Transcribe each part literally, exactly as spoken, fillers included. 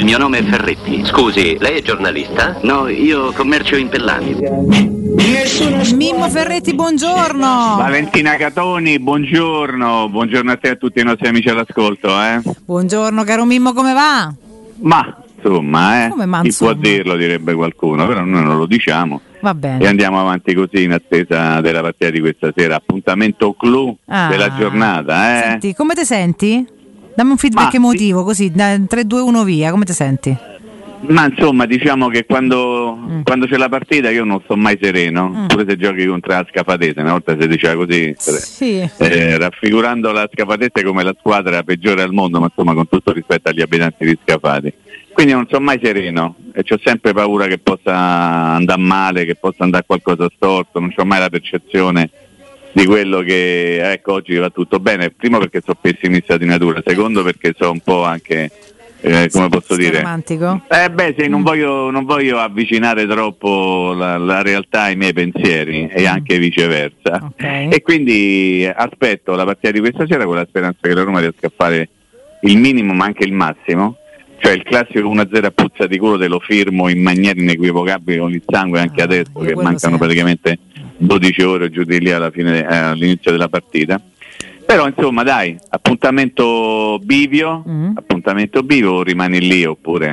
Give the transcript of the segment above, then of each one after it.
mio nome è Ferretti. Scusi, lei è giornalista? No, io commercio in Pellani. Mimmo Ferretti, buongiorno. Valentina Catoni, buongiorno. Buongiorno a te e a tutti i nostri amici all'ascolto. Eh? Buongiorno caro Mimmo, come va? Ma insomma, eh, come ma, chi insomma? può dirlo, direbbe qualcuno, però noi non lo diciamo. Va bene. E andiamo avanti così in attesa della partita di questa sera. Appuntamento clou ah, della giornata. Eh? Senti, come ti senti? Dammi un feedback Ma, emotivo, così, tre due uno via, come ti senti? Ma insomma, diciamo che quando, mm. quando c'è la partita io non sto mai sereno, mm. pure se giochi contro la Scafatese, una volta si diceva così, sì. eh, raffigurando la Scafatese come la squadra peggiore al mondo, ma insomma con tutto rispetto agli abitanti di Scafati. Quindi non sono mai sereno e ho sempre paura che possa andare male, che possa andare qualcosa storto, non ho mai la percezione di quello che, ecco, oggi va tutto bene. Primo perché sono pessimista di natura, secondo perché sono un po' anche... Eh, come posso Sei dire? romantico? Eh beh, sì, non mm. voglio, non voglio avvicinare troppo la, la realtà ai miei pensieri e anche viceversa. Okay. E quindi aspetto la partita di questa sera con la speranza che la Roma riesca a fare il minimo ma anche il massimo. Cioè il classico uno a zero a puzza di culo te lo firmo in maniera inequivocabile con il sangue anche ah, adesso che mancano sempre. praticamente dodici ore giù di lì alla fine, eh, all'inizio della partita. Però insomma dai, appuntamento bivio, mm. appuntamento bivio, rimani lì oppure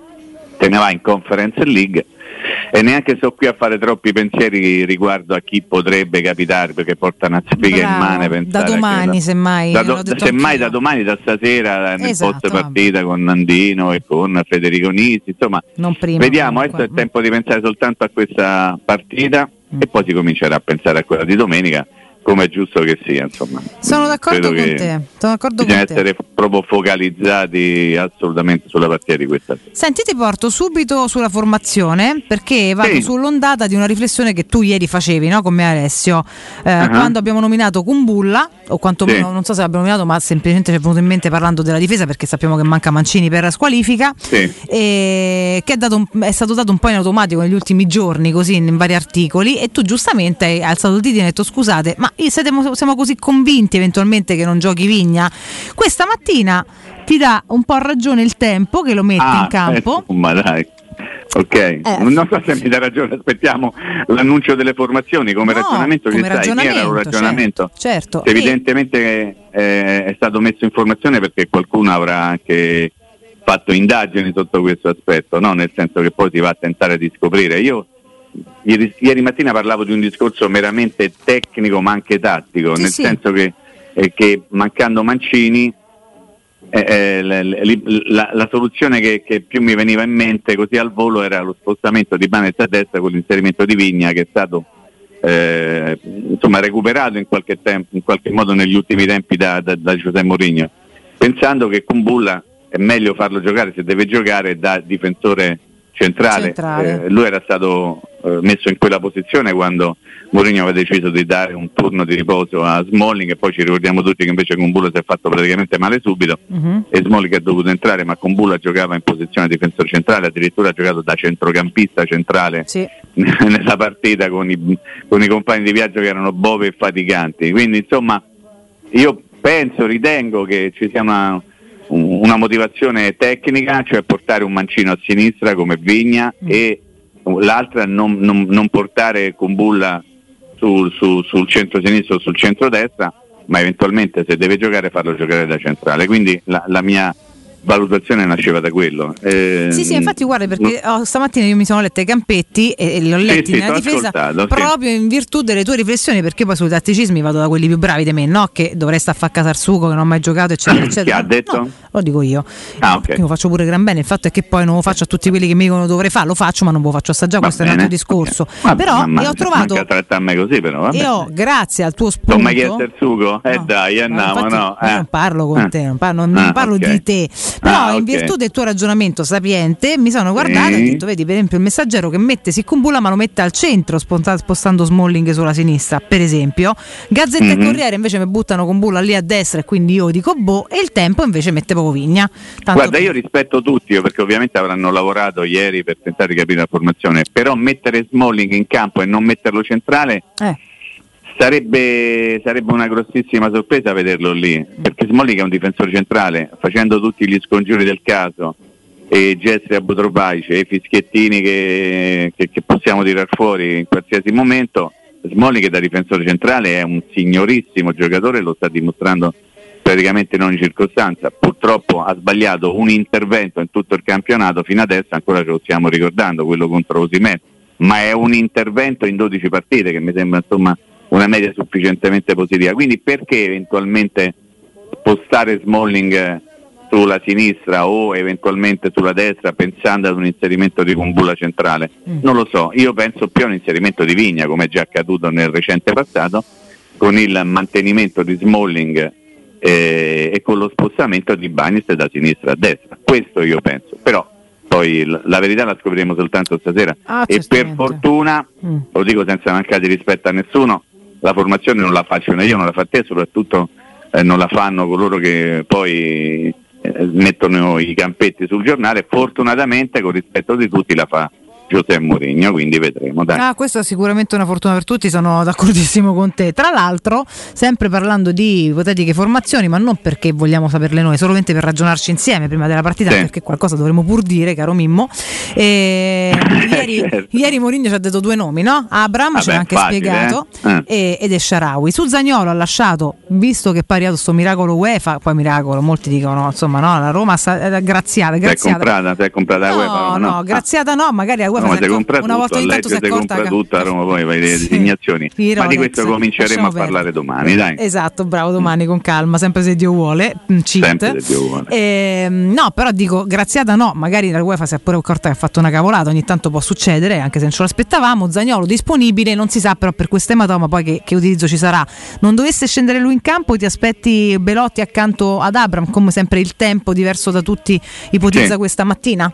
te ne vai in Conference League e neanche sto qui a fare troppi pensieri riguardo a chi potrebbe capitare perché porta una spiga in mano. Da domani semmai. Da, do, semmai da domani, da stasera nel esatto, post partita con Nandino e con Federico Nisi, insomma non prima, vediamo, comunque. adesso è tempo di pensare soltanto a questa partita mm. e poi si comincerà a pensare a quella di domenica. Come è giusto che sia, insomma. Sono d'accordo Credo con te. Sono d'accordo bisogna con te. essere proprio focalizzati assolutamente sulla partita di questa sera. Senti, ti porto subito sulla formazione perché vado sì. sull'ondata di una riflessione che tu ieri facevi, no, con me Alessio, eh, uh-huh. quando abbiamo nominato Kumbulla, o quantomeno sì. non so se l'abbiamo nominato, ma semplicemente ci è venuto in mente parlando della difesa perché sappiamo che manca Mancini per la squalifica, sì. e che è, dato un, è stato dato un po' in automatico negli ultimi giorni, così in vari articoli, e tu giustamente hai alzato il dito e hai detto scusate, ma siete, siamo così convinti eventualmente che non giochi Vigna? Questa mattina ti dà un po' ragione il Tempo che lo mette ah, in campo. Eh, ma dai. Ok, eh. non so se mi dà ragione, aspettiamo l'annuncio delle formazioni come no, ragionamento, come che ragionamento, sai, era un ragionamento certo, certo. evidentemente eh, è stato messo in formazione perché qualcuno avrà anche fatto indagini sotto questo aspetto, no? Nel senso che poi si va a tentare di scoprire. Io ieri, ieri mattina parlavo di un discorso meramente tecnico ma anche tattico, sì, nel sì. senso che, eh, che mancando Mancini Eh, eh, la, la, la soluzione che, che più mi veniva in mente così al volo era lo spostamento di Banez a destra con l'inserimento di Vigna, che è stato eh, insomma recuperato in qualche tempo, in qualche modo negli ultimi tempi da, da, da José Mourinho, pensando che Kumbulla è meglio farlo giocare, se deve giocare, da difensore centrale, centrale. Eh, lui era stato eh, messo in quella posizione quando Mourinho aveva deciso di dare un turno di riposo a Smalling, e poi ci ricordiamo tutti che invece Kumbulla si è fatto praticamente male subito, uh-huh. e Smalling è dovuto entrare, ma Kumbulla giocava in posizione di difensore centrale, addirittura ha giocato da centrocampista centrale, sì. nella partita con i, con i compagni di viaggio che erano Bove e Faticanti. Quindi insomma io penso, ritengo che ci sia una una motivazione tecnica, cioè portare un mancino a sinistra come Vigna, mm. e l'altra non, non, non portare Kumbulla sul, sul, sul centro-sinistra o sul centro-destra, ma eventualmente se deve giocare farlo giocare da centrale. Quindi la, la mia valutazione nasceva da quello. Eh, sì, sì, infatti guarda, perché oh, stamattina io mi sono letta i campetti e, e li ho letti sì, nella sì, difesa proprio sì. in virtù delle tue riflessioni, perché poi sui tatticismi vado da quelli più bravi di me, no? Che dovrei stare a fa Casarsuco, che non ho mai giocato, eccetera, eccetera. Chi ha detto? No, lo dico io. Ah, okay. Io lo faccio pure gran bene, il fatto è che poi non lo faccio a tutti quelli che mi dicono dovrei fare, lo faccio, ma non ve lo faccio assaggiare, va questo bene, è un altro discorso. Okay. Va Però bene, io ho trovato a me così, però, va io bene. grazie al tuo spunto. Non mi hai chiesto il sugo? Eh no, dai, andiamo, infatti, no. Io eh. non parlo con eh. te, non parlo, non ah, parlo okay. di te. Però ah, in okay. virtù del tuo ragionamento sapiente mi sono guardata, sì. e ho detto, vedi, per esempio il Messaggero che mette Kumbulla ma lo mette al centro spostando Smalling sulla sinistra, per esempio. Gazzetta mm-hmm. e Corriere invece mi buttano Kumbulla lì a destra, e quindi io dico boh, e il Tempo invece mette proprio Vigna. Tanto Guarda, che... io rispetto tutti, perché ovviamente avranno lavorato ieri per tentare di capire la formazione, però mettere Smalling in campo e non metterlo centrale eh. sarebbe, sarebbe una grossissima sorpresa vederlo lì, perché Smalling è un difensore centrale, facendo tutti gli scongiuri del caso e gesti a Butropaice e fischiettini che, che, che possiamo tirar fuori in qualsiasi momento, Smalling che da difensore centrale è un signorissimo giocatore, lo sta dimostrando praticamente in ogni circostanza. Purtroppo ha sbagliato un intervento in tutto il campionato fino adesso, ancora ce lo stiamo ricordando, quello contro Osimhen, ma è un intervento in dodici partite che mi sembra insomma una media sufficientemente positiva. Quindi perché eventualmente spostare Smalling sulla sinistra o eventualmente sulla destra pensando ad un inserimento di Kumbulla centrale? Mm. Non lo so, io penso più a un inserimento di Vigna, come è già accaduto nel recente passato, con il mantenimento di Smalling eh, e con lo spostamento di Bagnes da sinistra a destra. Questo io penso, però poi l- la verità la scopriremo soltanto stasera. Ah, e per fortuna, mm. lo dico senza mancare di rispetto a nessuno, la formazione non la faccio né io, non la fa te, soprattutto eh, non la fanno coloro che poi eh, mettono i campetti sul giornale. Fortunatamente, con rispetto di tutti, la fa José Mourinho, quindi vedremo. Dai. Ah, questa è sicuramente una fortuna per tutti, sono d'accordissimo con te. Tra l'altro, sempre parlando di ipotetiche formazioni, ma non perché vogliamo saperle noi, solamente per ragionarci insieme prima della partita, sì. Perché qualcosa dovremmo pur dire, caro Mimmo. E ieri, certo. ieri Mourinho ci ha detto due nomi, no? Abraham ce l'ha anche facile, spiegato eh? Eh. ed Esharawi. Su Zaniolo ha lasciato, visto che è pariato sto miracolo UEFA, poi miracolo, molti dicono, insomma, no, la Roma sta graziata, graziata. Si è comprata, si è comprata no, UEFA, no, no, graziata no, magari la UEFA no, si compra una volta ogni tanto si è accorta che tutto a Roma, poi vai le sì, designazioni Rolex, ma di questo cominceremo a parlare perdere. domani, dai. Esatto, bravo, domani con calma, sempre se Dio vuole, cheat. Se Dio vuole. Eh, no, però dico graziata no, magari la UEFA si è pure accorta che ha fatto una cavolata, ogni tanto può succedere, anche se non ce l'aspettavamo. Zaniolo disponibile, non si sa però per questo ematoma poi che, che utilizzo ci sarà. Non dovesse scendere lui in campo, ti aspetti Belotti accanto ad Abraham, come sempre il tempo diverso da tutti ipotizza sì. questa mattina?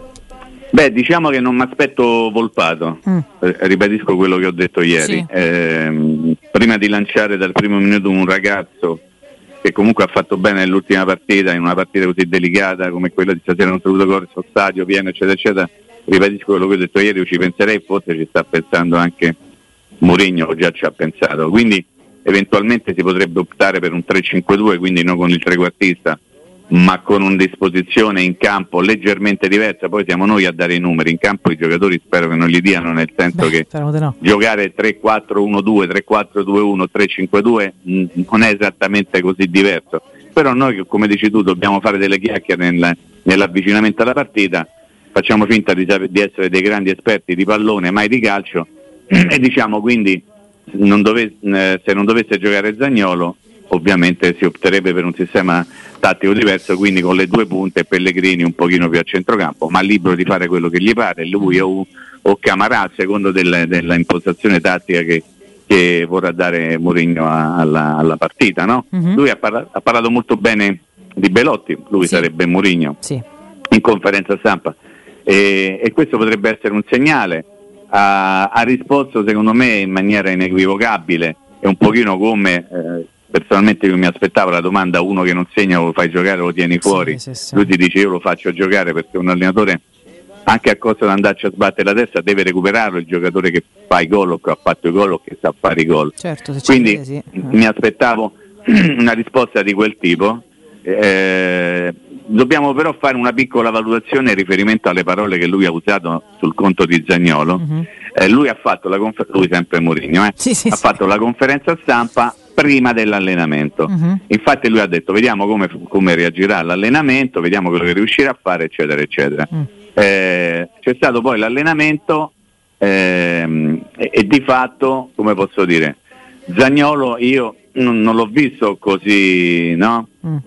Beh, diciamo che non mi aspetto Volpato, mm. eh, ribadisco quello che ho detto ieri. Sì. Eh, prima di lanciare dal primo minuto un ragazzo che comunque ha fatto bene nell'ultima partita, in una partita così delicata come quella di stasera, non saluto Corso, stadio pieno, eccetera, eccetera, ribadisco quello che ho detto ieri, io ci penserei, forse ci sta pensando anche Mourinho, o già ci ha pensato, quindi eventualmente si potrebbe optare per un tre cinque due, quindi non con il trequartista, ma con una disposizione in campo leggermente diversa. Poi siamo noi a dare i numeri, in campo i giocatori spero che non li diano, nel senso Beh, che no. giocare tre quattro uno due, tre quattro due uno, tre cinque due mh, non è esattamente così diverso, però noi, come dici tu, dobbiamo fare delle chiacchiere nel, nell'avvicinamento alla partita, facciamo finta di, di essere dei grandi esperti di pallone, mai di calcio, e diciamo quindi non dove, eh, se non dovesse giocare Zaniolo ovviamente si opterebbe per un sistema tattico diverso, quindi con le due punte, Pellegrini un pochino più a centrocampo, ma libero di fare quello che gli pare, lui o, o Camarà, a secondo del, della impostazione tattica che, che vorrà dare Mourinho a, alla, alla partita, no? Uh-huh. Lui ha, parla, ha parlato molto bene di Belotti, lui sì. sarebbe Mourinho sì. in conferenza stampa, e, e questo potrebbe essere un segnale. Ha, ha risposto secondo me in maniera inequivocabile e un pochino come eh, personalmente io mi aspettavo la domanda: uno che non segna lo fai giocare, lo tieni fuori? Sì, sì, sì. Lui ti dice io lo faccio giocare perché un allenatore, anche a costo di andarci a sbattere la testa, deve recuperarlo il giocatore che fa i gol o che ha fatto i gol o che sa fare i gol. Certo, quindi vede, sì. mi aspettavo una risposta di quel tipo. Eh, dobbiamo però fare una piccola valutazione in riferimento alle parole che lui ha usato sul conto di Zaniolo. Uh-huh. Eh, lui ha fatto la confer- lui sempre Mourinho eh? sì, sì, ha sì. fatto la conferenza stampa prima dell'allenamento. Uh-huh. Infatti lui ha detto vediamo come, come reagirà all'allenamento, vediamo quello che riuscirà a fare, eccetera eccetera. Uh-huh. Eh, c'è stato poi l'allenamento ehm, e, e di fatto, come posso dire, Zaniolo io non, non l'ho visto così, no? Uh-huh.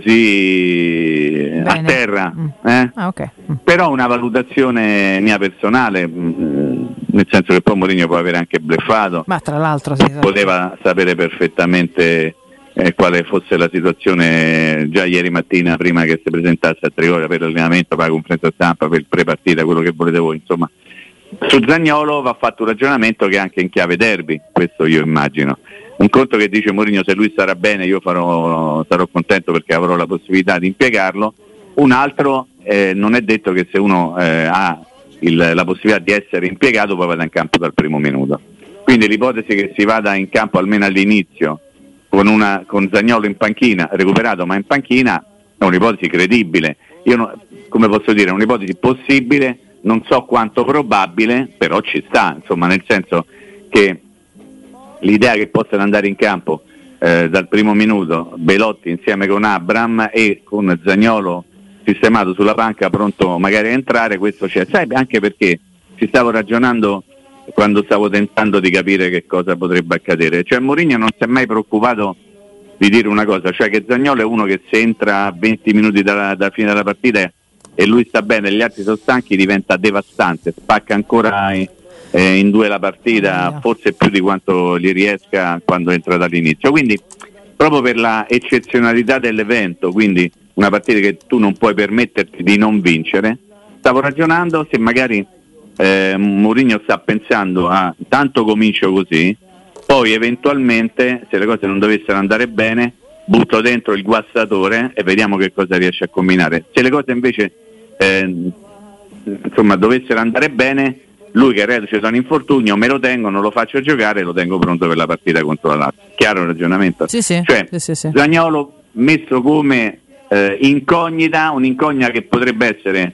così Bene. a terra mm. eh? ah, okay. mm. Però una valutazione mia personale, mh, nel senso che poi Mourinho può avere anche bleffato, ma tra l'altro sì, poteva sì. sapere perfettamente eh, quale fosse la situazione già ieri mattina prima che si presentasse a Trigoria per l'allenamento, per la conferenza stampa, per il pre-partita, quello che volete voi, insomma. Su Zaniolo va fatto un ragionamento che è anche in chiave derby, questo io immagino. Un conto che dice Mourinho: se lui starà bene io farò, sarò contento perché avrò la possibilità di impiegarlo. Un altro, eh, non è detto che se uno eh, ha il, la possibilità di essere impiegato poi vada in campo dal primo minuto. Quindi l'ipotesi che si vada in campo almeno all'inizio con, una, con Zaniolo in panchina, recuperato ma in panchina, è un'ipotesi credibile. io no, come posso dire, è un'ipotesi possibile, non so quanto probabile, però ci sta, insomma, nel senso che l'idea che possano andare in campo eh, dal primo minuto Belotti insieme con Abraham e con Zaniolo sistemato sulla panca pronto magari a entrare, questo c'è, sai, anche perché ci stavo ragionando quando stavo tentando di capire che cosa potrebbe accadere, cioè Mourinho non si è mai preoccupato di dire una cosa, cioè che Zaniolo è uno che se entra a venti minuti dalla, dalla fine della partita e lui sta bene e gli altri sono stanchi diventa devastante, spacca ancora in, eh, in due la partita, forse più di quanto gli riesca quando entra dall'inizio, quindi proprio per la eccezionalità dell'evento, quindi una partita che tu non puoi permetterti di non vincere, stavo ragionando se magari eh, Mourinho sta pensando a tanto comincio così, poi eventualmente se le cose non dovessero andare bene butto dentro il guassatore e vediamo che cosa riesce a combinare. Se le cose invece eh, insomma dovessero andare bene, lui che è reduce da un infortunio me lo tengo, non lo faccio giocare e lo tengo pronto per la partita contro la Lazio. Chiaro il ragionamento? Sì, sì. Cioè sì, sì, sì. Zaniolo messo come eh, incognita, un'incognita che potrebbe essere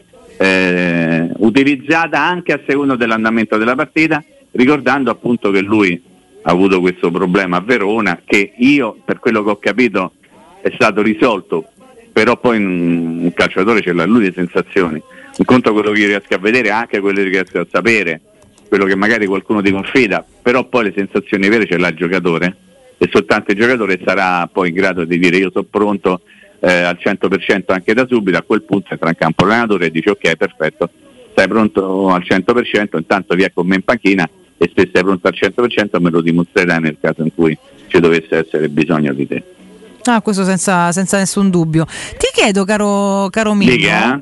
eh, utilizzata anche a seconda dell'andamento della partita, ricordando appunto che lui ha avuto questo problema a Verona che io, per quello che ho capito, è stato risolto, però poi un, un calciatore ce l'ha lui le sensazioni, un conto quello che io riesco a vedere, anche quello che riesco a sapere, quello che magari qualcuno ti confida, però poi le sensazioni vere ce l'ha il giocatore e soltanto il giocatore sarà poi in grado di dire io sono pronto eh, al cento per cento anche da subito. A quel punto entra in campo l'allenatore e dice ok, perfetto, stai pronto al cento per cento, intanto via con me in panchina e se sei pronto al cento per cento me lo dimostrerai nel caso in cui ci dovesse essere bisogno di te. Ah, questo senza, senza nessun dubbio. Ti chiedo, caro, caro Mino, Dica.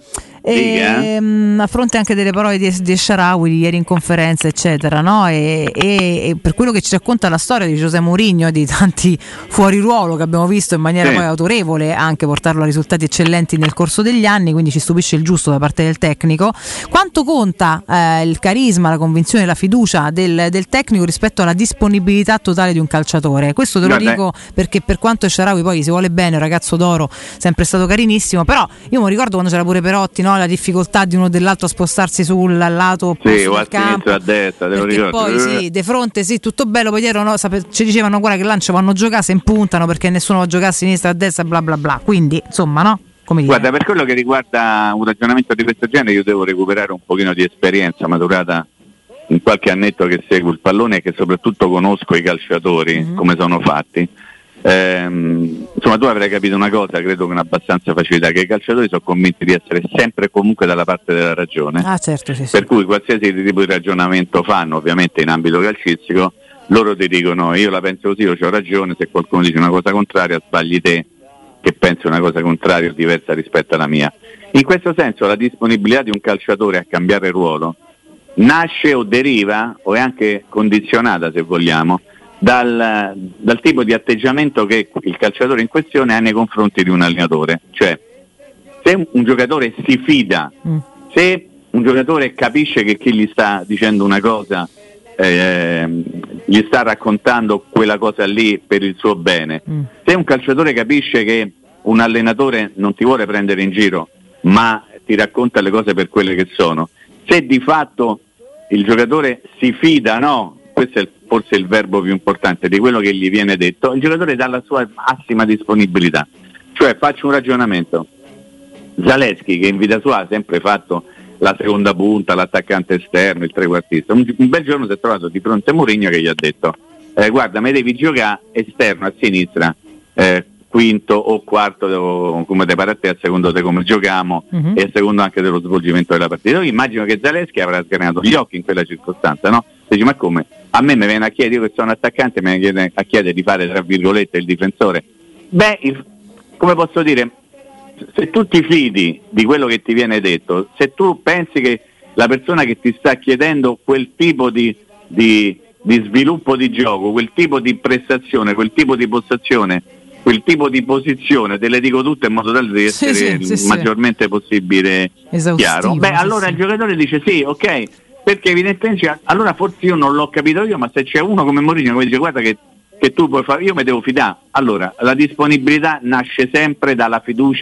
E, mh, a fronte anche delle parole di, di Shaarawy ieri in conferenza eccetera, no? e, e, e per quello che ci racconta la storia di José Mourinho e di tanti fuori ruolo che abbiamo visto in maniera sì. poi autorevole anche portarlo a risultati eccellenti nel corso degli anni, quindi ci stupisce il giusto da parte del tecnico. Quanto conta eh, il carisma, la convinzione, la fiducia del, del tecnico rispetto alla disponibilità totale di un calciatore? Questo te lo Guarda. dico perché per quanto Shaarawy poi si vuole bene, un ragazzo d'oro, sempre stato carinissimo, però io mi ricordo quando c'era pure Perotti, no? La difficoltà di uno o dell'altro a spostarsi sul lato opposto sì, o del a sinistra o a destra, te lo ricordo. Poi sì, de fronte sì, tutto bello, poi dietro no, sape- ci dicevano guarda che lancio vanno a giocare, se impuntano perché nessuno va a giocare a sinistra a destra, bla bla bla. Quindi, insomma, no? Come dire. Guarda, per quello che riguarda un ragionamento di questo genere io devo recuperare un pochino di esperienza maturata in qualche annetto che seguo il pallone e che soprattutto conosco i calciatori, mm-hmm. come sono fatti. Ehm, insomma tu avrai capito una cosa, credo con abbastanza facilità, che i calciatori sono convinti di essere sempre comunque dalla parte della ragione, ah, certo, sì, sì. per cui qualsiasi tipo di ragionamento fanno, ovviamente in ambito calcistico, loro ti dicono io la penso così, io ho ragione, se qualcuno dice una cosa contraria sbagli te che pensi una cosa contraria o diversa rispetto alla mia. In questo senso la disponibilità di un calciatore a cambiare ruolo nasce o deriva o è anche condizionata, se vogliamo, Dal, dal tipo di atteggiamento che il calciatore in questione ha nei confronti di un allenatore. Cioè, se un, un giocatore si fida, mm. se un giocatore capisce che chi gli sta dicendo una cosa eh, gli sta raccontando quella cosa lì per il suo bene, mm. se un calciatore capisce che un allenatore non ti vuole prendere in giro ma ti racconta le cose per quelle che sono, se di fatto il giocatore si fida, no? Questo è forse il verbo più importante di quello che gli viene detto, il giocatore dà la sua massima disponibilità. Cioè faccio un ragionamento, Zalewski che in vita sua ha sempre fatto la seconda punta, l'attaccante esterno, il trequartista, un, un bel giorno si è trovato di fronte a Mourinho che gli ha detto eh, guarda me devi giocare esterno a sinistra, eh, quinto o quarto o come te pare a te, a secondo te come giochiamo uh-huh. e a secondo anche dello svolgimento della partita. Io immagino che Zalewski avrà sgranato gli occhi in quella circostanza, no? Dici ma come? A me mi viene a chiedere, io che sono attaccante mi viene a chiedere di fare tra virgolette il difensore. Beh, il, come posso dire, se tu ti fidi di quello che ti viene detto, se tu pensi che la persona che ti sta chiedendo quel tipo di, di, di sviluppo di gioco, quel tipo di prestazione, quel tipo di postazione, quel tipo di posizione, te le dico tutte in modo tale da essere sì, sì, sì, maggiormente sì. possibile chiaro, beh allora sì. il giocatore dice sì, ok, perché evidentemente allora forse io non l'ho capito io, ma se c'è uno come Mourinho che dice guarda che, che tu puoi fare, io mi devo fidare. Allora la disponibilità nasce sempre dalla fiducia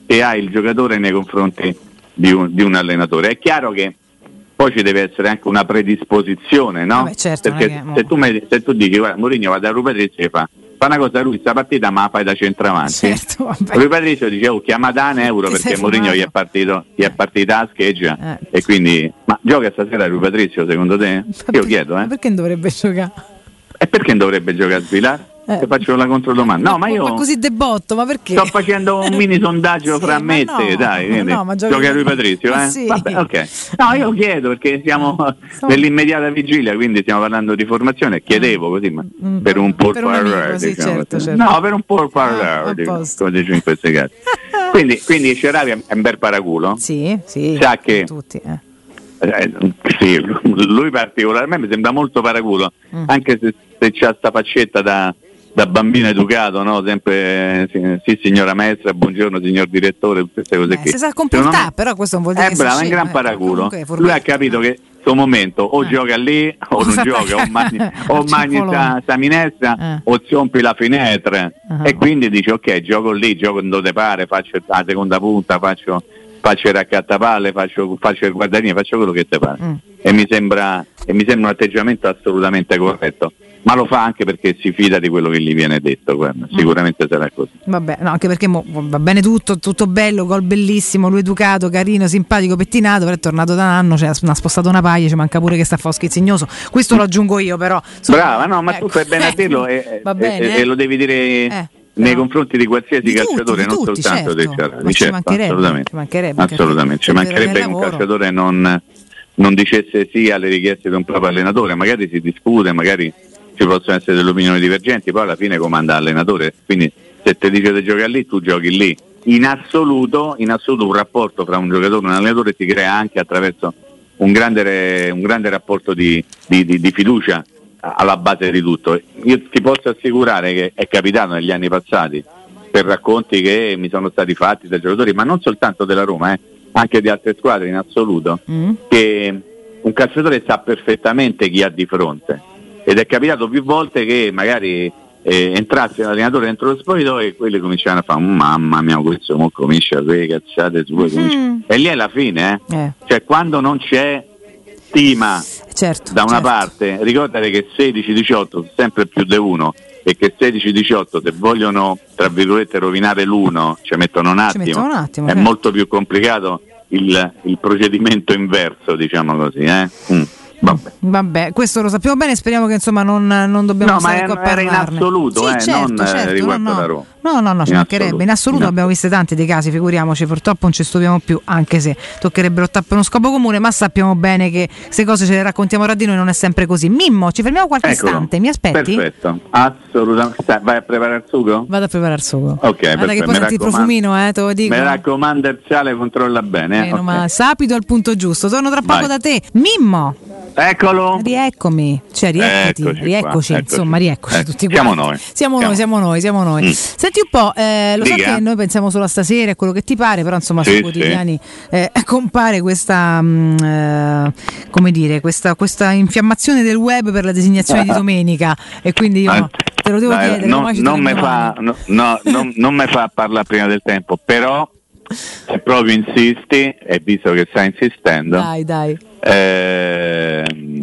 che ha il giocatore nei confronti di un, di un allenatore. È chiaro che poi ci deve essere anche una predisposizione, no? Vabbè, certo, perché che, se, tu mi, se tu dici guarda Mourinho va da Rui Patrizio e fa fa una cosa, lui questa partita ma la fai da centravanti. Certo, Rui Patrizio dice oh, chiama Dan Euro Ti perché Mourinho gli è partito gli è partita a scheggia eh. e quindi ma gioca stasera Rui Patrizio secondo te? Io chiedo, eh. Perché dovrebbe giocare? E perché dovrebbe giocare a Svilar? Eh. Ti faccio la controdomanda. No, ma, ma io ma così debotto, ma perché? Sto facendo un mini sondaggio sì, fra me e te, no, dai, vedi. No, gioca Rui Patrizio, eh? Sì. Vabbè, ok. No, io chiedo perché siamo Stavo... nell'immediata vigilia, quindi stiamo parlando di formazione. Chiedevo così, ma mm. per un por parlare, sì, diciamo. certo, certo. No, per un por parlare, ah, diciamo, come dice in questi casi. Quindi, quindi Cerari è un bel paraculo. Sì, sì. Sa che tutti, eh. Eh, sì, lui particolarmente mi sembra molto paraculo, mm. anche se, se c'ha sta faccetta da, da bambino educato, no? Sempre sì, sì signora maestra, buongiorno signor direttore, tutte queste cose eh, qui. Si sa comportare, però questo non vuol dire è che bravo, è un gran eh, paraculo. Lui ha capito che questo momento o eh. gioca lì o non gioca, o mangi, o mangi sta, sta minestra eh. o zompi la finestra uh-huh. e quindi dice ok, gioco lì, gioco dove te pare, faccio la seconda punta, faccio faccio il raccattapalle, faccio, faccio il guardarini, faccio quello che te pare mm. e mi sembra e mi sembra un atteggiamento assolutamente corretto, ma lo fa anche perché si fida di quello che gli viene detto, guarda, mm. sicuramente sarà così. Vabbè, no, anche perché mo, va bene tutto, tutto bello, gol bellissimo, lui educato, carino, simpatico, pettinato, però è tornato da un anno, cioè, ha spostato una paglia, ci manca pure che sta a fare schizzignoso, questo lo aggiungo io però. Insomma, brava, no, ma ecco. Tu fai bene a dirlo e, va bene, e, eh? e lo devi dire eh. nei no. confronti di qualsiasi di calciatore, tutti, non tutti, soltanto certo. dei Cerari. Ma ci certo, mancherebbe, assolutamente, ci mancherebbe, assolutamente. Ci mancherebbe che un calciatore non, non dicesse sì alle richieste di un proprio allenatore, magari si discute, magari ci possono essere delle opinioni divergenti, poi alla fine comanda l'allenatore, quindi se ti dice di giocare lì, tu giochi lì. In assoluto, in assoluto un rapporto fra un giocatore e un allenatore si crea anche attraverso un grande, un grande rapporto di, di, di, di fiducia alla base di tutto. Io ti posso assicurare che è capitato negli anni passati per racconti che mi sono stati fatti dai giocatori, ma non soltanto della Roma, eh, anche di altre squadre in assoluto, mm. che un calciatore sa perfettamente chi ha di fronte, ed è capitato più volte che magari eh, entrasse l'allenatore dentro lo spogliatoio e quelli cominciavano a fare mamma mia, questo mo comincia a fare cazzate sue, mm. e lì è la fine, eh? Eh. Cioè quando non c'è stima certo, da una certo. parte, ricordate che sedici diciotto sono sempre più di uno e che sedici diciotto se vogliono tra virgolette rovinare l'uno ci mettono un attimo, mettono un attimo è certo. molto più complicato il, il procedimento inverso, diciamo così, eh? mm. Vabbè. Vabbè, questo lo sappiamo bene, speriamo che insomma non, non dobbiamo no, stare ma qua a parlarne. Era in assoluto, sì, eh, certo, non certo, riguardo no, no. la Roma. No, no, no, ci in mancherebbe. Assoluto. In assoluto in abbiamo visto tanti dei casi, figuriamoci, purtroppo non ci stupiamo più, anche se toccherebbe lottare per uno scopo comune, ma sappiamo bene che queste cose ce le raccontiamo tra di noi, non è sempre così. Mimmo, ci fermiamo qualche Eccolo. istante, mi aspetti? Perfetto, assolutamente. Vai a preparare il sugo? Vado a preparare il sugo. Ok, guarda che poi senti il profumino, eh, te lo dico. Mi raccomando, il sale controlla bene. Eh? Okay. Okay. Ma sapido al punto giusto, torno tra poco Vai. da te. Mimmo! Eccolo! Rieccomi, cioè rieccoti, eccoci rieccoci, qua, insomma, rieccoci ecco. tutti siamo quanti. Noi. Siamo, siamo noi, siamo noi, siamo noi. Mm. Senti un po', eh, lo Dica. so che noi pensiamo solo a stasera, a quello che ti pare, però insomma sì, sui quotidiani sì. eh, compare questa, mh, eh, come dire, questa, questa infiammazione del web per la designazione di domenica e quindi io no, te lo devo Dai, chiedere. Non, non mi fa, no, no, non, non mi fa parlare prima del tempo, però se proprio insisti, e visto che sta insistendo, dai, dai. Eh,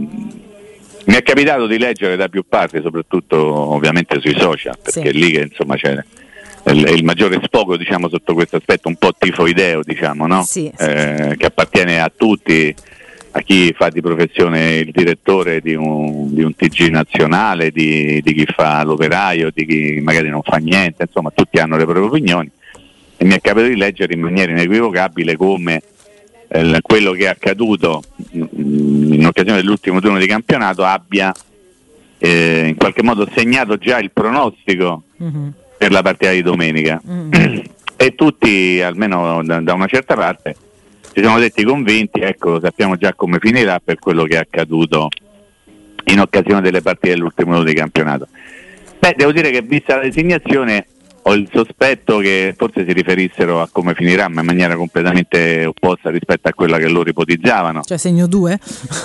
mi è capitato di leggere da più parti, soprattutto ovviamente sui social, perché sì. è lì che insomma c'è il, il maggiore sfogo, diciamo, sotto questo aspetto un po' tifoideo, diciamo, no? Sì, eh, sì. che appartiene a tutti, a chi fa di professione il direttore di un, di un T G nazionale, di, di chi fa l'operaio, di chi magari non fa niente, insomma tutti hanno le proprie opinioni, e mi è capitato di leggere in maniera inequivocabile come eh, quello che è accaduto in occasione dell'ultimo turno di campionato abbia eh, in qualche modo segnato già il pronostico mm-hmm. per la partita di domenica mm-hmm. e tutti, almeno da, da una certa parte, ci siamo detti convinti, ecco, sappiamo già come finirà per quello che è accaduto in occasione delle partite dell'ultimo turno di campionato. Beh, devo dire che vista la designazione ho il sospetto che forse si riferissero a come finirà, ma in maniera completamente opposta rispetto a quella che loro ipotizzavano. Cioè segno due?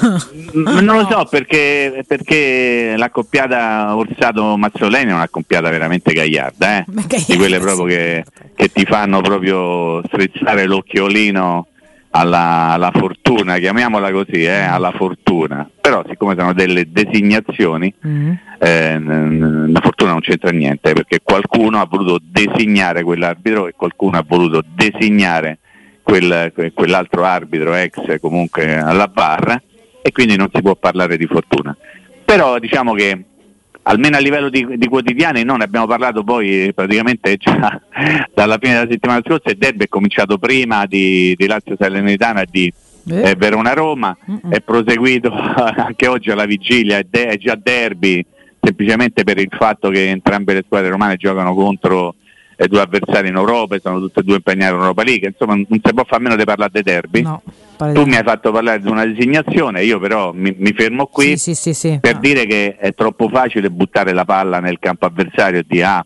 Non lo so, perché, perché l'accoppiata Orsato-Mazzoleni è un'accoppiata veramente gagliarda, eh? Di quelle proprio che, che ti fanno proprio strizzare l'occhiolino alla, alla fortuna, chiamiamola così, eh? Alla fortuna. Però siccome sono delle designazioni, mm. eh, la fortuna non c'entra niente, perché qualcuno ha voluto designare quell'arbitro e qualcuno ha voluto designare quel, quell'altro arbitro ex comunque alla barra, e quindi non si può parlare di fortuna. Però diciamo che almeno a livello di, di quotidiani, noi ne abbiamo parlato poi praticamente già dalla fine della settimana scorsa, il derby è cominciato prima di, di Lazio Salernitana e di eh, Verona Roma, Mm-mm. è proseguito anche oggi alla vigilia, è, de- è già derby, semplicemente per il fatto che entrambe le squadre romane giocano contro eh, due avversari in Europa e sono tutte e due impegnate in Europa League, insomma non si può fare a meno di parlare dei derby. No, tu mi hai fatto parlare di una designazione, io però mi, mi fermo qui sì, sì, sì, sì. per no. dire che è troppo facile buttare la palla nel campo avversario e dire ah,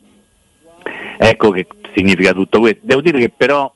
ecco che significa tutto questo. Devo dire che però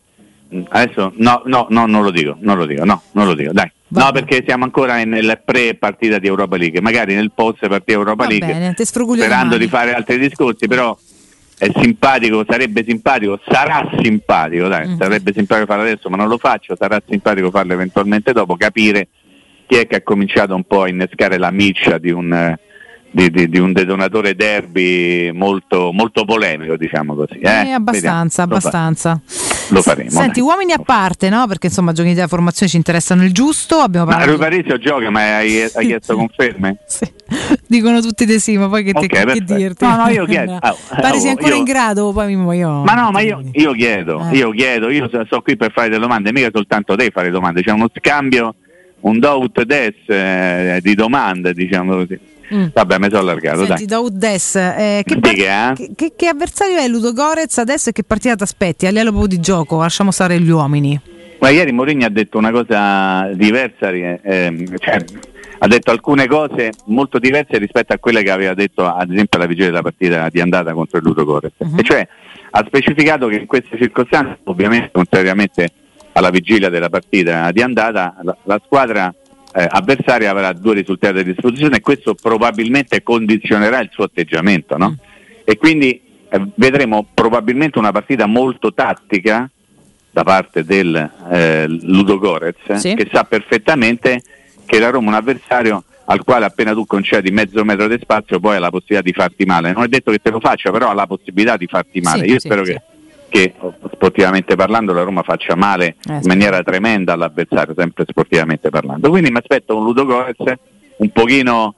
adesso no, no, no, non lo dico, non lo dico, no, non lo dico, dai. Va no, bene. Perché siamo ancora nel pre-partita di Europa League, magari nel post-partita di Europa Va League, bene, sperando di fare altri discorsi, però è simpatico, sarebbe simpatico, sarà simpatico, dai, mm. sarebbe simpatico farlo adesso, ma non lo faccio, sarà simpatico farlo eventualmente dopo, capire chi è che ha cominciato un po' a innescare la miccia di un... Di, di, di un detonatore derby molto, molto polemico, diciamo così. Eh? Eh, abbastanza, Vediamo. abbastanza. Lo faremo. Senti, dai. Uomini a parte, no? Perché insomma giochi della formazione ci interessano il giusto. Abbiamo ma Rui parlato... Parisio gioca, ma hai, hai chiesto conferme? Sì. Dicono tutti di sì, ma poi che, te, okay, che dirti? No, no, io chiedo. Oh, Pare sia ancora io... in grado, poi mi io... Ma no, ma io, io chiedo, eh. io chiedo, io sto qui per fare delle domande, mica soltanto te fare domande, c'è uno scambio, un do ut des eh, di domande, diciamo così. Mm. Vabbè, mi sono allargato. Senti, dai. Des, eh, che, par- che, che, che, che avversario è Ludogorets adesso e che partita ti aspetti? A livello proprio di gioco, lasciamo stare gli uomini. Ma ieri Mourinho ha detto una cosa diversa, eh, cioè, ha detto alcune cose molto diverse rispetto a quelle che aveva detto ad esempio alla vigilia della partita di andata contro il Ludogorets, uh-huh. e cioè ha specificato che in queste circostanze, ovviamente contrariamente alla vigilia della partita di andata, la, la squadra Eh, avversaria avrà due risultati a disposizione e questo probabilmente condizionerà il suo atteggiamento, no? Mm. E quindi eh, vedremo probabilmente una partita molto tattica da parte del eh, Ludogorets, sì. che sa perfettamente che la Roma è un avversario al quale appena tu concedi mezzo metro di spazio poi ha la possibilità di farti male. Non è detto che te lo faccia, però ha la possibilità di farti male. Sì, Io sì, spero sì. che che sportivamente parlando la Roma faccia male eh, in maniera tremenda all'avversario, sempre sportivamente parlando. Quindi mi aspetto un Ludogorets un pochino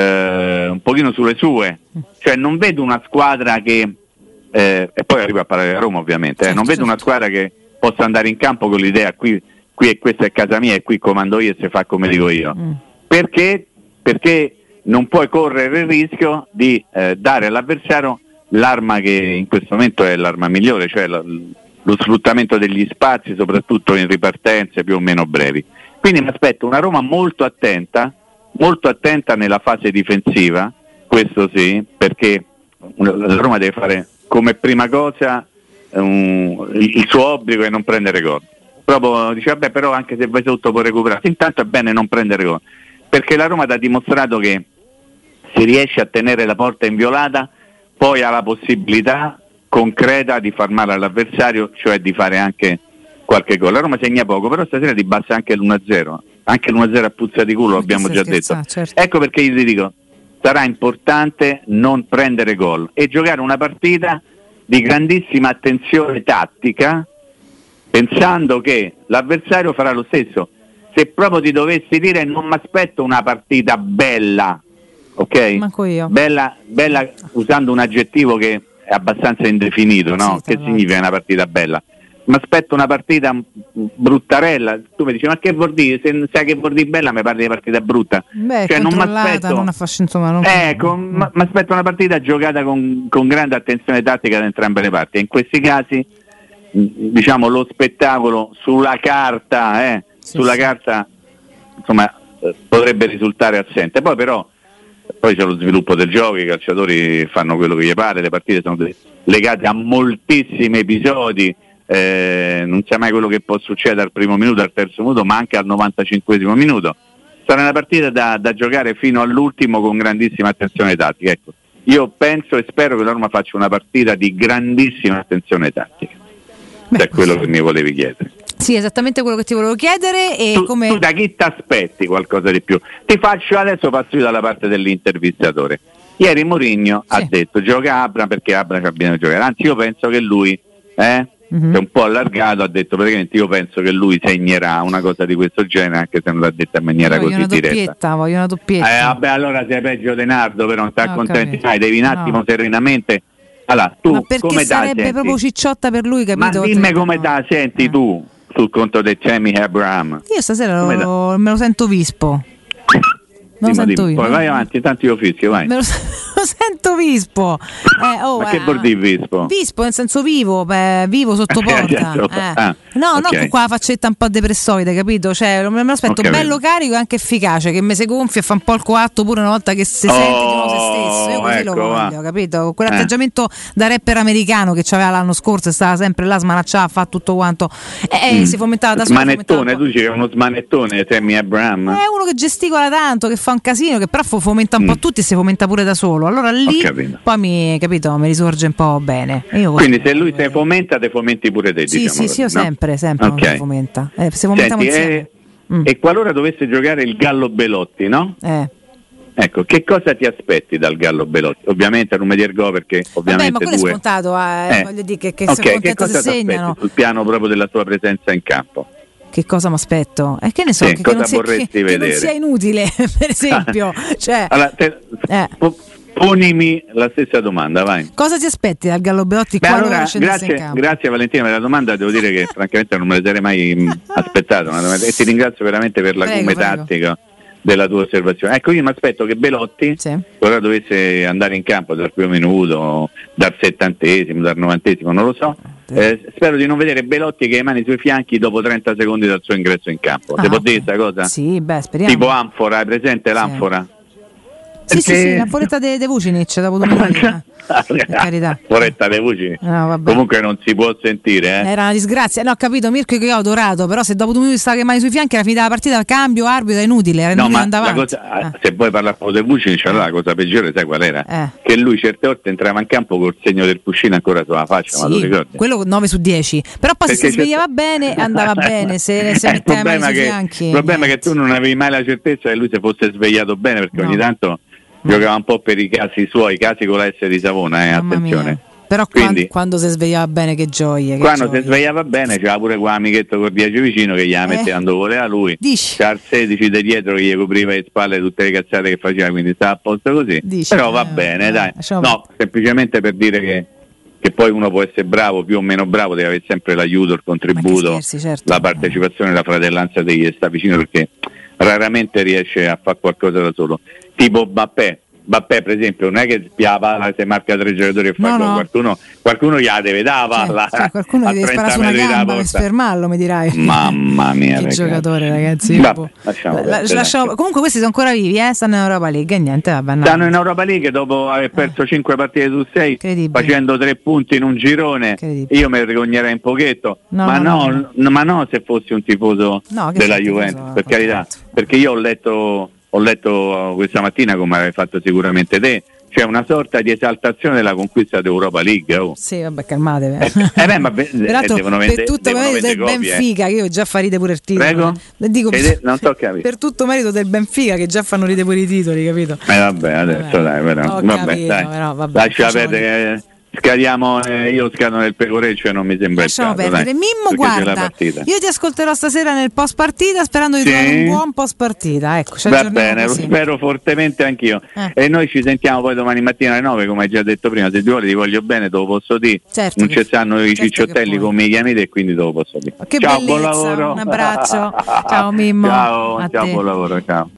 eh, un pochino sulle sue, cioè non vedo una squadra che eh, e poi arrivo a parlare della Roma ovviamente, certo, eh, non vedo certo. una squadra che possa andare in campo con l'idea qui, qui e questa è casa mia e qui comando io e si fa come dico io, mm. perché perché non puoi correre il rischio di eh, dare all'avversario l'arma che in questo momento è l'arma migliore, cioè lo, lo sfruttamento degli spazi, soprattutto in ripartenze più o meno brevi. Quindi mi aspetto una Roma molto attenta, molto attenta nella fase difensiva, questo sì, perché la Roma deve fare come prima cosa um, il, il suo obbligo è non prendere gol. Proprio dice vabbè, però anche se vai sotto può recuperare. Intanto è bene non prendere gol, perché la Roma ti ha dimostrato che se riesce a tenere la porta inviolata poi ha la possibilità concreta di far male all'avversario, cioè di fare anche qualche gol. La Roma segna poco, però stasera ti basta anche l'uno a zero, anche l'uno a zero a puzza di culo, abbiamo già scherza, detto. Certo. Ecco perché io ti dico, sarà importante non prendere gol e giocare una partita di grandissima attenzione tattica, pensando che l'avversario farà lo stesso. Se proprio ti dovessi dire non mi aspetto una partita bella, ok? Manco io. Bella, bella usando un aggettivo che è abbastanza indefinito, no? Sì, che significa una partita bella? Mi aspetto una partita bruttarella. Tu mi dici ma che vuol dire? Se sai che vuol dire bella mi parli di partita brutta. Beh, cioè non mi aspetto non affasc- insomma, non... ecco, mm. mi aspetto una partita giocata con, con grande attenzione tattica da entrambe le parti. In questi casi diciamo lo spettacolo sulla carta eh, sì, sulla sì. carta insomma eh, potrebbe risultare assente. Poi però poi c'è lo sviluppo del gioco, i calciatori fanno quello che gli pare, le partite sono legate a moltissimi episodi, eh, non sa mai quello che può succedere al primo minuto, al terzo minuto, ma anche al novantacinquesimo minuto. Sarà una partita da, da giocare fino all'ultimo con grandissima attenzione tattica. Ecco, io penso e spero che la Roma faccia una partita di grandissima attenzione tattica. Beh, è quello che mi volevi chiedere. Sì, esattamente quello che ti volevo chiedere. E tu, come... tu da chi ti aspetti qualcosa di più? Ti faccio adesso, passo io dalla parte dell'intervistatore. Ieri Mourinho sì. ha detto gioca Abraham perché Abraham ha bisogno di giocare. Anzi, io penso che lui eh, mm-hmm. è un po' allargato, ha detto praticamente io penso che lui segnerà una cosa di questo genere, anche se non l'ha detta in maniera voglio così una diretta. Voglio una doppietta. Eh, vabbè, allora sei peggio di Nardo, però non ti no, accontenti mai, devi un attimo no. serenamente. Allora, tu ma perché come sarebbe senti? proprio cicciotta per lui, capito? Ma dimmi come te la senti eh. tu sul conto di Tammy Abraham. Io stasera lo, me lo sento vispo. Me lo sento io. Poi vai avanti, intanto io fischio, vai. Me lo, lo sento vispo. Eh, oh, ma che eh, vuol dire vispo? Vispo nel senso vivo, beh, vivo sotto porta. Eh. Ah, no, okay. non con la faccetta un po' depressoide, capito? Cioè, me lo aspetto bello carico e anche efficace, che mi si gonfia e fa un po' il coatto pure una volta che si oh, sente di nuovo se stesso. Io così ecco, lo voglio, va. capito? Con quell'atteggiamento eh. da rapper americano che c'aveva l'anno scorso e stava sempre là, smanacciava, fa tutto quanto. E mm. si fomentava da solo. Smanettone, tu dici che è uno smanettone, Tammy Abraham. È uno che gesticola tanto, che fa un casino, che però fomenta un mm. po' tutti e si fomenta pure da solo. Allora lì poi mi, capito, mi risorge un po' bene. Io quindi se lui si fomenta, te fomenti pure te. Sì, diciamo sì, così, sì, io no? sempre, sempre okay. mi fomenta. Eh, se fomentiamo Senti, insieme. E, mm. e qualora dovesse giocare il Gallo Belotti, no? Eh. Ecco, che cosa ti aspetti dal Gallo Belotti? Ovviamente non mi dir go perché ovviamente vabbè, ma quello due... è scontato, eh, eh. voglio dire che, che okay, sono che cosa se segnano. Sul piano proprio della tua presenza in campo. Che cosa mi aspetto? E eh, che ne so, sì, che, cosa che, non sia, vorresti che, vedere? che non sia inutile, per esempio. cioè, allora, te, eh. ponimi la stessa domanda, vai. Cosa ti aspetti dal Gallo Belotti? Beh, allora, grazie, grazie Valentina per la domanda, devo dire che francamente non me la sarei mai aspettato e ti ringrazio veramente per la come tattica della tua osservazione. Ecco, io mi aspetto che Belotti sì. ora dovesse andare in campo dal primo minuto, dal settantesimo, dal novantesimo, non lo so. Eh, spero di non vedere Belotti che ha le mani sui fianchi dopo trenta secondi dal suo ingresso in campo. Ah, Ti può okay. dire questa cosa? Sì, beh, speriamo. Tipo Anfora, hai presente sì. l'Anfora? Sì, Perché... sì, sì, la foretta de, de Vucinic dopo domenica. Per carità. Foretta de Vucinic. No, comunque non si può sentire, eh. Era una disgrazia. No, ho capito, Mirko che io ho adorato, però se dopo due minuti stava che mani sui fianchi era finita la partita, cambio, arbitro, è inutile, era no, inutile ma andare cosa, eh. se poi parla proprio de Vucinic, allora la cosa peggiore sai qual era? Eh. Che lui certe volte entrava in campo col segno del cuscino ancora sulla faccia, sì, ma lo ricordi? Quello nove su dieci. Però poi Perché se si svegliava bene andava bene, se, se metteva le mani sui che, fianchi. Il problema niente. è che tu non avevi mai la certezza che lui si fosse svegliato bene, perché no. ogni tanto giocava un po' per i casi suoi, casi con la S di Savona, eh, attenzione. Mia. Però Quindi, quando, quando si svegliava bene, che gioie. Che quando gioie. si svegliava bene c'era pure quell'amichetto col dieci vicino che gliela metteva eh. dove voleva lui. Dici. C'era il sedici di dietro che gli copriva le spalle tutte le cazzate che faceva, quindi stava a posto così. Dici, Però va eh, bene, eh, dai. diciamo No, semplicemente per dire che, che poi uno può essere bravo, più o meno bravo, deve avere sempre l'aiuto, il contributo, scherzi, certo. la partecipazione, la fratellanza degli che sta vicino, perché raramente riesce a fare qualcosa da solo. Tipo Mbappé. Mbappé per esempio non è che spia la palla, se marca tre giocatori e fa no, gol, no. qualcuno, qualcuno gliela deve dare la palla, cioè, cioè, qualcuno a deve sparare su trenta una metri gamba per sfermarlo, mi dirai. Mamma mia, che ragazzi. giocatore, ragazzi. Vabbè, lasciamo la, lasciamo, comunque questi sono ancora vivi, eh? Stanno in Europa League e niente, vabbè, no. Stanno in Europa League dopo aver perso cinque eh. partite su sei, facendo tre punti in un girone. Io mi vergognerei un pochetto, no, ma, no, no, no. ma no se fossi un tifoso no, della Juventus, tifoso, per carità, perché io ho letto ho letto questa mattina, come avevi fatto sicuramente te, c'è una sorta di esaltazione della conquista d'Europa League. Oh. Sì, vabbè, calmatevi. Eh, eh, beh, ma be- Peraltro, devono per vende- tutto merito del copie, Benfica, che io già fa ride pure il titolo. Prego? Dico, per, non so per tutto merito del Benfica, che già fanno ride pure i titoli, capito? Eh vabbè, adesso vabbè. dai, però. Vabbè, capito, dai. Però, vabbè, lascia perdere. Eh. Scadiamo, eh, io scado nel pecoreccio e non mi sembra lasciamo il caso, perdere. dai, Mimmo, guarda, io ti ascolterò stasera nel post partita sperando di sì. trovare un buon post partita, ecco, va bene, così. Lo spero fortemente anch'io eh. e noi ci sentiamo poi domani mattina alle nove, come hai già detto prima, se ti vuole ti voglio bene, te lo posso dire, certo non che, ci stanno i certo cicciottelli come i chiamite e quindi te lo posso dire. Che ciao, bellezza, buon lavoro, un abbraccio, ciao Mimmo, ciao, a ciao te. Buon lavoro, ciao.